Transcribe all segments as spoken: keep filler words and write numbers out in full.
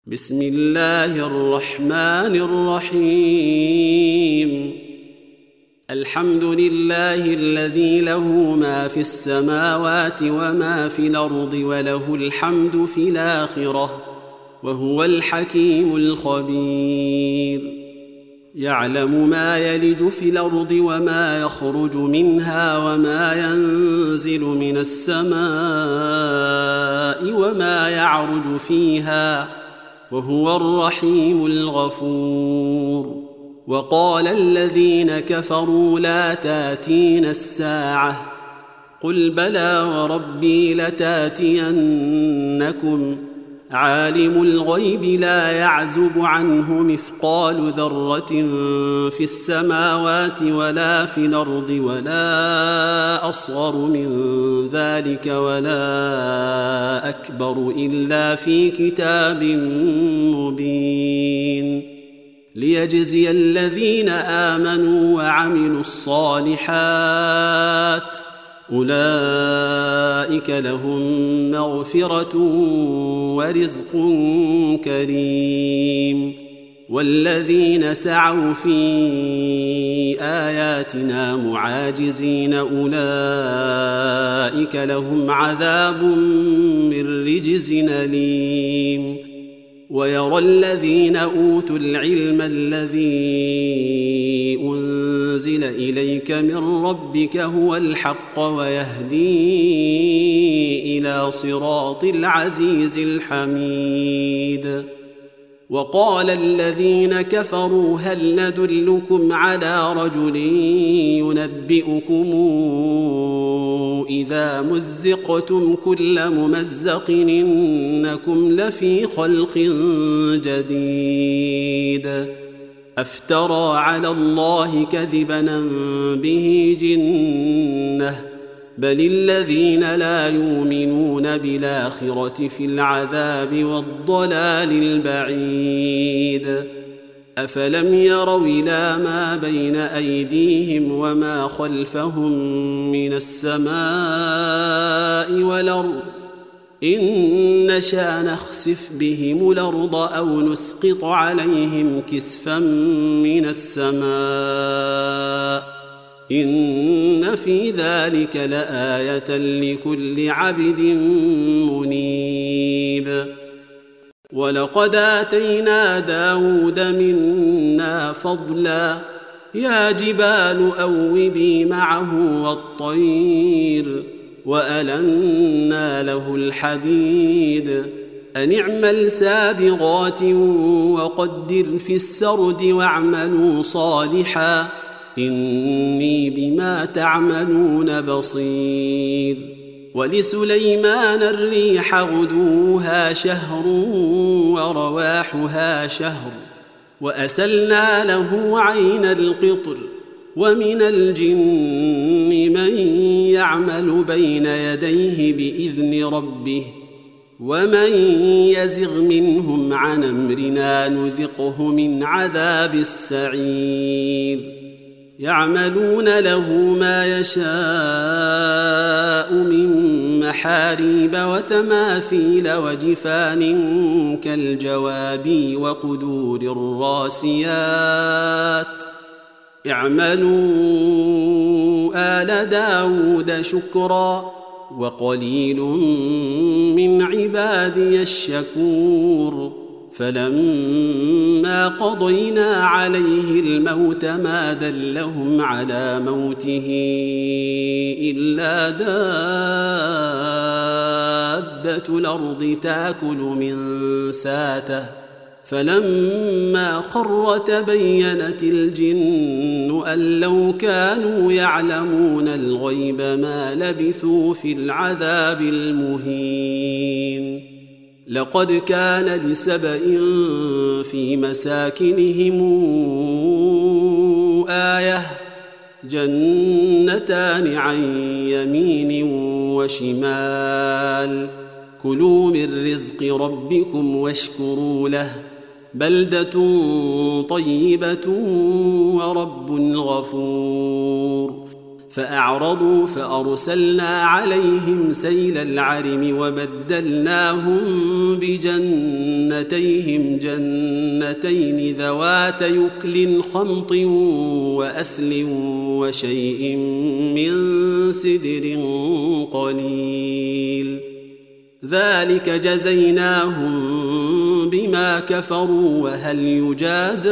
بسم الله الرحمن الرحيم الحمد لله الذي له ما في السماوات وما في الأرض وله الحمد في الآخرة وهو الحكيم الخبير يعلم ما يلج في الأرض وما يخرج منها وما ينزل من السماء وما يعرج فيها وهو الرحيم الغفور وقال الذين كفروا لا تاتينا الساعة قل بلى وربي لتاتينكم عالم الغيب لا يعزب عنه مثقال ذرة في السماوات ولا في الأرض ولا أصغر من ذلك ولا أكبر إلا في كتاب مبين ليجزي الذين آمنوا وعملوا الصالحات أولئك لهم مغفرة ورزق كريم والذين سعوا في آياتنا معاجزين أولئك لهم عذاب من رجز أليم ويرى الذين أوتوا العلم الذي أنزل إليك من ربك هو الحق ويهدي إلى صراط العزيز الحميد وقال الذين كفروا هل ندلكم على رجل ينبئكم إذا مزقتم كل ممزق إنكم لفي خلق جديد أفترى على الله كذبا به جنة بل الذين لا يؤمنون بالآخرة في العذاب والضلال البعيد أفلم يروا إلى ما بين أيديهم وما خلفهم من السماء والأرض إن نشأ نخسف بهم الأرض أو نسقط عليهم كسفا من السماء إن في ذلك لآية لكل عبد منيب ولقد آتينا داود منا فضلا يا جبال أوبي معه والطير وألنا له الحديد أن اعمل سابغات وقدر في السرد واعملوا صالحا إني بما تعملون بصير ولسليمان الريح غدوها شهر ورواحها شهر وأسلنا له عين القطر ومن الجن من يعمل بين يديه بإذن ربه ومن يزغ منهم عن أمرنا نذقه من عذاب السعير يعملون له ما يشاء من محاريب وتماثيل وجفان كالجواب وقدور الراسيات اعملوا آل داود شكرا وقليل من عبادي الشكور فلما قضينا عليه الموت ما دلهم على موته إلا دابة الأرض تأكل من ساته فلما خر تبينت الجن أن لو كانوا يعلمون الغيب ما لبثوا في العذاب المهين لقد كان لسبإ في مساكنهم آية جنتان عن يمين وشمال كلوا من رزق ربكم واشكروا له بلدة طيبة ورب غفور فأعرضوا فأرسلنا عليهم سيل العرم وبدلناهم بجنتيهم جنتين ذوات يكل خمط وأثل وشيء من سدر قليل ذلك جزيناهم بما كفروا وهل يجازى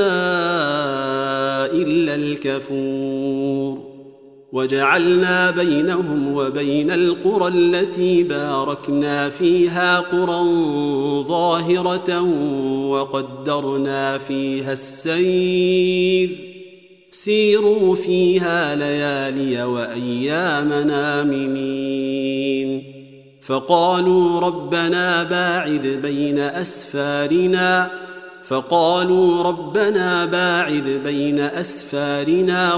إلا الكفور وجعلنا بينهم وبين القرى التي باركنا فيها قرى ظاهرة وقدرنا فيها السير سيروا فيها ليالي وأياما آمنين فقالوا ربنا باعد بين أسفارنا فقالوا ربنا باعد بين أسفارنا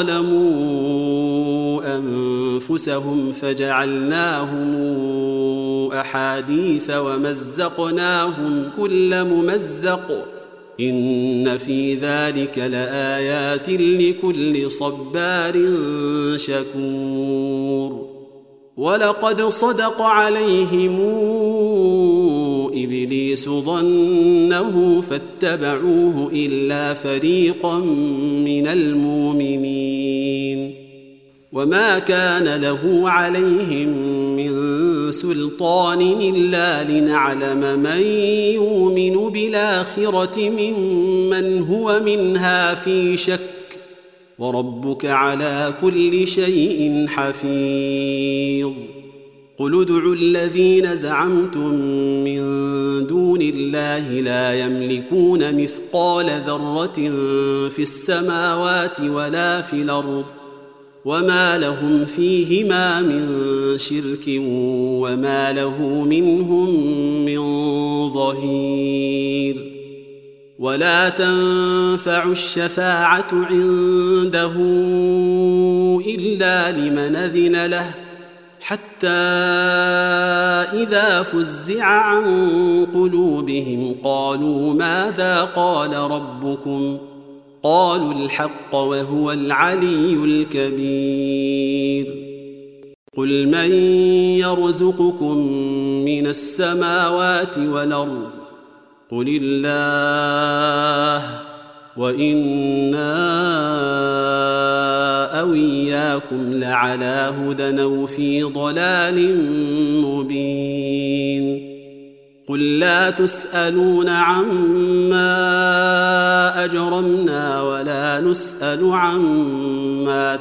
وظلموا أنفسهم فجعلناهم أحاديث ومزقناهم كل ممزق إن في ذلك لآيات لكل صبار شكور ولقد صدق عليهم إبليس ظنه فاتبعوه إلا فريقا من المؤمنين وما كان له عليهم من سلطان إلا لنعلم من يؤمن بالآخرة ممن هو منها في شك وربك على كل شيء حفيظ قل ادعوا الذين زعمتم من دون الله لا يملكون مثقال ذرة في السماوات ولا في الأرض وما لهم فيهما من شرك وما له منهم من ظهير ولا تنفع الشفاعة عنده إلا لمن أذن له حتى إذا فزع عن قلوبهم قالوا ماذا قال ربكم قالوا الحق وهو العلي الكبير قل من يرزقكم من السماوات والأرض قل الله وإنا أو إياكم لعلى هدى أو في ضلال مبين قل لا تسألون عما أجرمنا ولا نسأل عما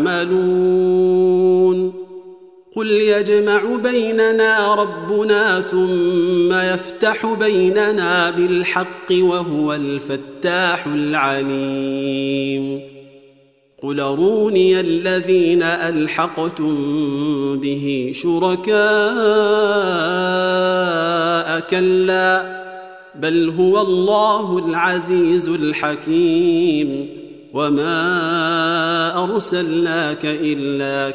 تعملون قل يجمع بيننا ربنا ثم يفتح بيننا بالحق وهو الفتاح العليم قل أروني الذين ألحقتم به شركاء كلا بل هو الله العزيز الحكيم وما أرسلناك إلا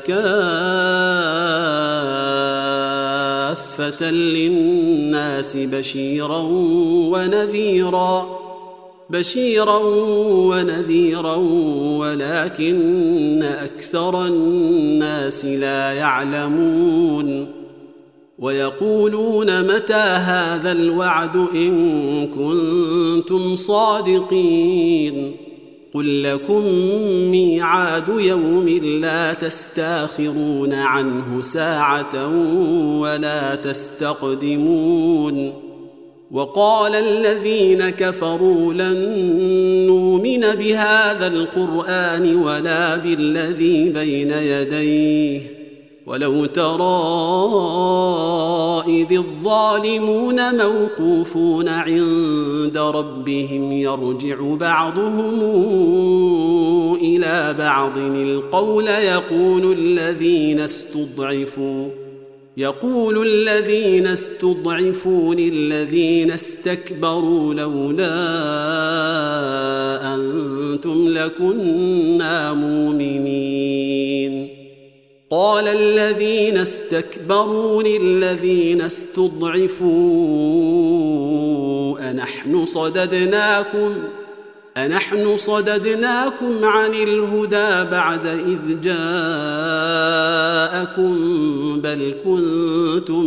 كافة للناس بشيرا ونذيرا بشيرا ونذيرا ولكن أكثر الناس لا يعلمون ويقولون متى هذا الوعد إن كنتم صادقين قل لكم ميعاد يوم لا تستاخرون عنه ساعة ولا تستقدمون وقال الذين كفروا لن نؤمن بهذا القرآن ولا بالذي بين يديه ولو ترى إذ الظالمون موقوفون عند ربهم يرجع بعضهم إلى بعض القول يقول الذين استضعفوا يقول الذين استضعفوا للذين استكبروا لولا أنتم لكنا مؤمنين قال الذين استكبروا للذين استضعفوا أنحن صددناكم أنحن صددناكم عن الهدى بعد إذ جاءكم بل كنتم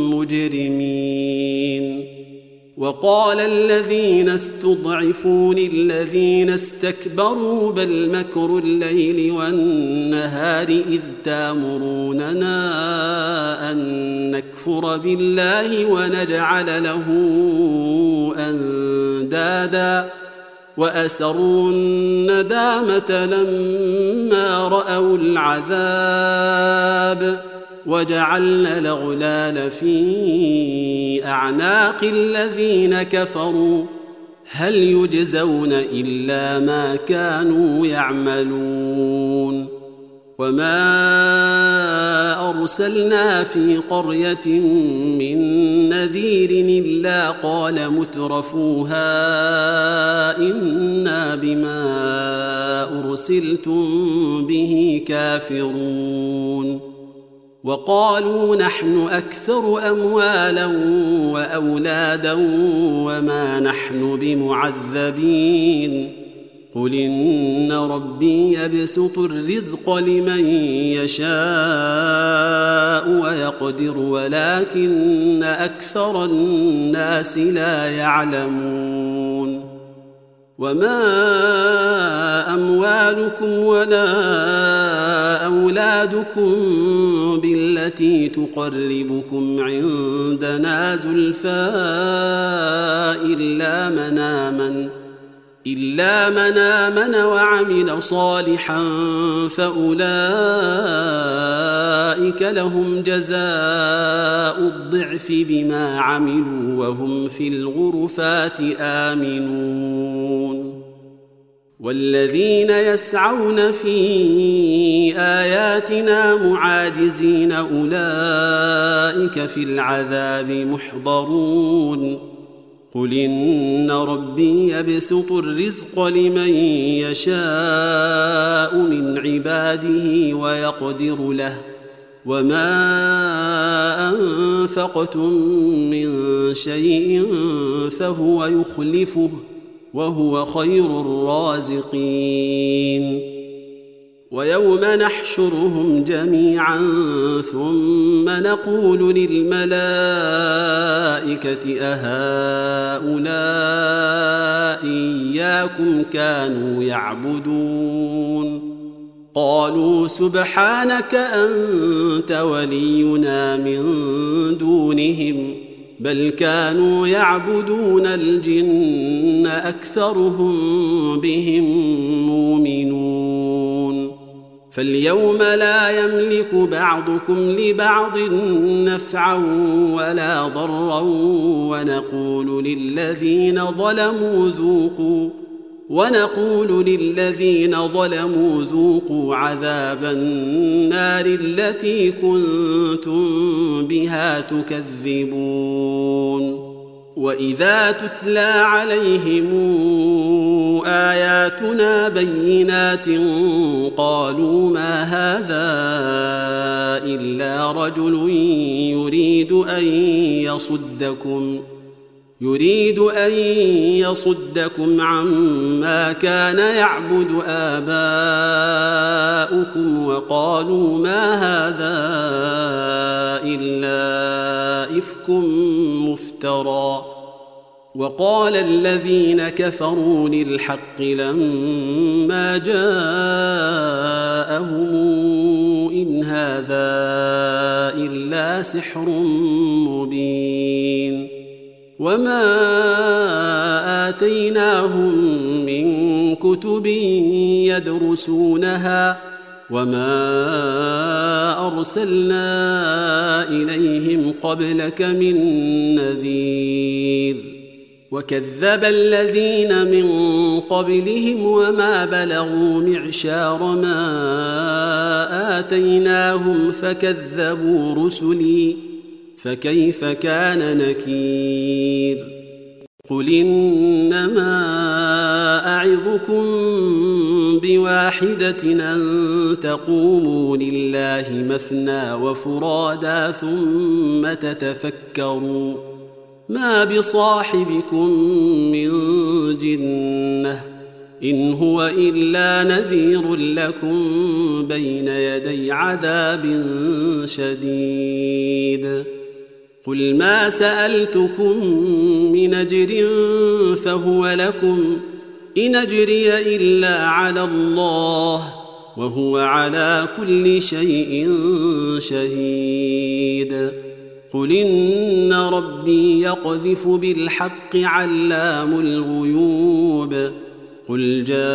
مجرمين. وقال الذين استضعفوا للذين استكبروا بل مكر الليل والنهار إذ تامروننا أن نكفر بالله ونجعل له أندادا وأسروا الندامة لما رأوا العذاب وجعلنا الأغلال في أعناق الذين كفروا هل يجزون إلا ما كانوا يعملون. وما أرسلنا في قرية من نذير إلا قال مترفوها إنا بما أرسلتم به كافرون. وقالوا نحن أكثر أموالا وأولادا وما نحن بمعذبين. قل إن ربي يبسط الرزق لمن يشاء ويقدر ولكن أكثر الناس لا يعلمون. وما أموالكم ولا أولادكم بالتي تقربكم عندنا زلفى إلا من آمن إلا من آمن وعمل صالحا فأولئك لهم جزاء الضعف بما عملوا وهم في الغرفات آمنون. والذين يسعون في آياتنا معاجزين أولئك في العذاب محضرون. قل إن ربي يبسط الرزق لمن يشاء من عباده ويقدر له وما أنفقتم من شيء فهو يخلفه وهو خير الرازقين. ويوم نحشرهم جميعا ثم نقول للملائكة أهؤلاء إياكم كانوا يعبدون قالوا سبحانك أنت ولينا من دونهم بل كانوا يعبدون الجن أكثرهم بهم مؤمنون. فاليوم لا يملك بعضكم لبعض نفعا ولا ضرا ونقول للذين ظلموا ذوقوا ونقول للذين ظلموا ذوقوا عذاب النار التي كنتم بها تكذبون. وإذا تتلى عليهم آياتنا بينات قالوا ما هذا إلا رجل يريد أن يصدكم يريد أن يصدكم عما كان يعبد آباؤكم وقالوا ما هذا إلا إفك مفترى. وقال الذين كفروا للحق لما جاءهم إن هذا إلا سحر مبين. وما آتيناهم من كتب يدرسونها وما أرسلنا إليهم قبلك من نذير. وكذب الذين من قبلهم وما بلغوا معشار ما آتيناهم فكذبوا رسلي فكيف كان نكير. قل إنما أعظكم بواحدة أن تقوموا لله مثنى وفرادا ثم تتفكروا ما بصاحبكم من جنة إن هو إلا نذير لكم بين يدي عذاب شديد قل ما سألتكم من أجر فهو لكم إن أجري إلا على الله وهو على كل شيء شهيد قل إن ربي يقذف بالحق علام الغيوب قل جاء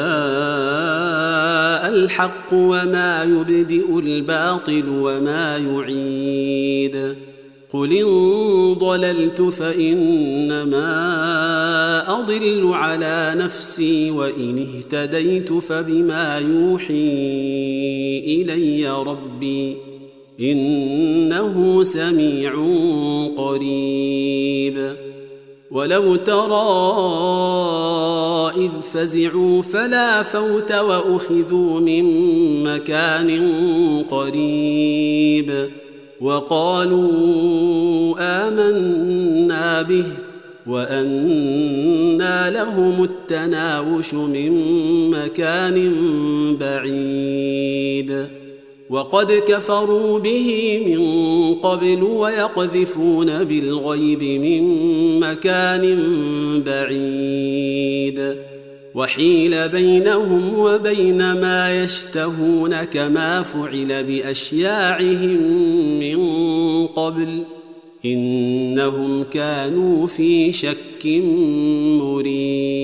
الحق وما يبدئ الباطل وما يعيد قل إن ضللت فإنما أضل على نفسي وإن اهتديت فبما يوحي إلي ربي إنه سميع قريب ولو ترى إذ فزعوا فلا فوت وأخذوا من مكان قريب وقالوا آمنا به وأنى لهم التناوش من مكان بعيد وقد كفروا به من قبل ويقذفون بالغيب من مكان بعيد وحيل بينهم وبين ما يشتهون كما فعل بأشياعهم من قبل إنهم كانوا في شك مريب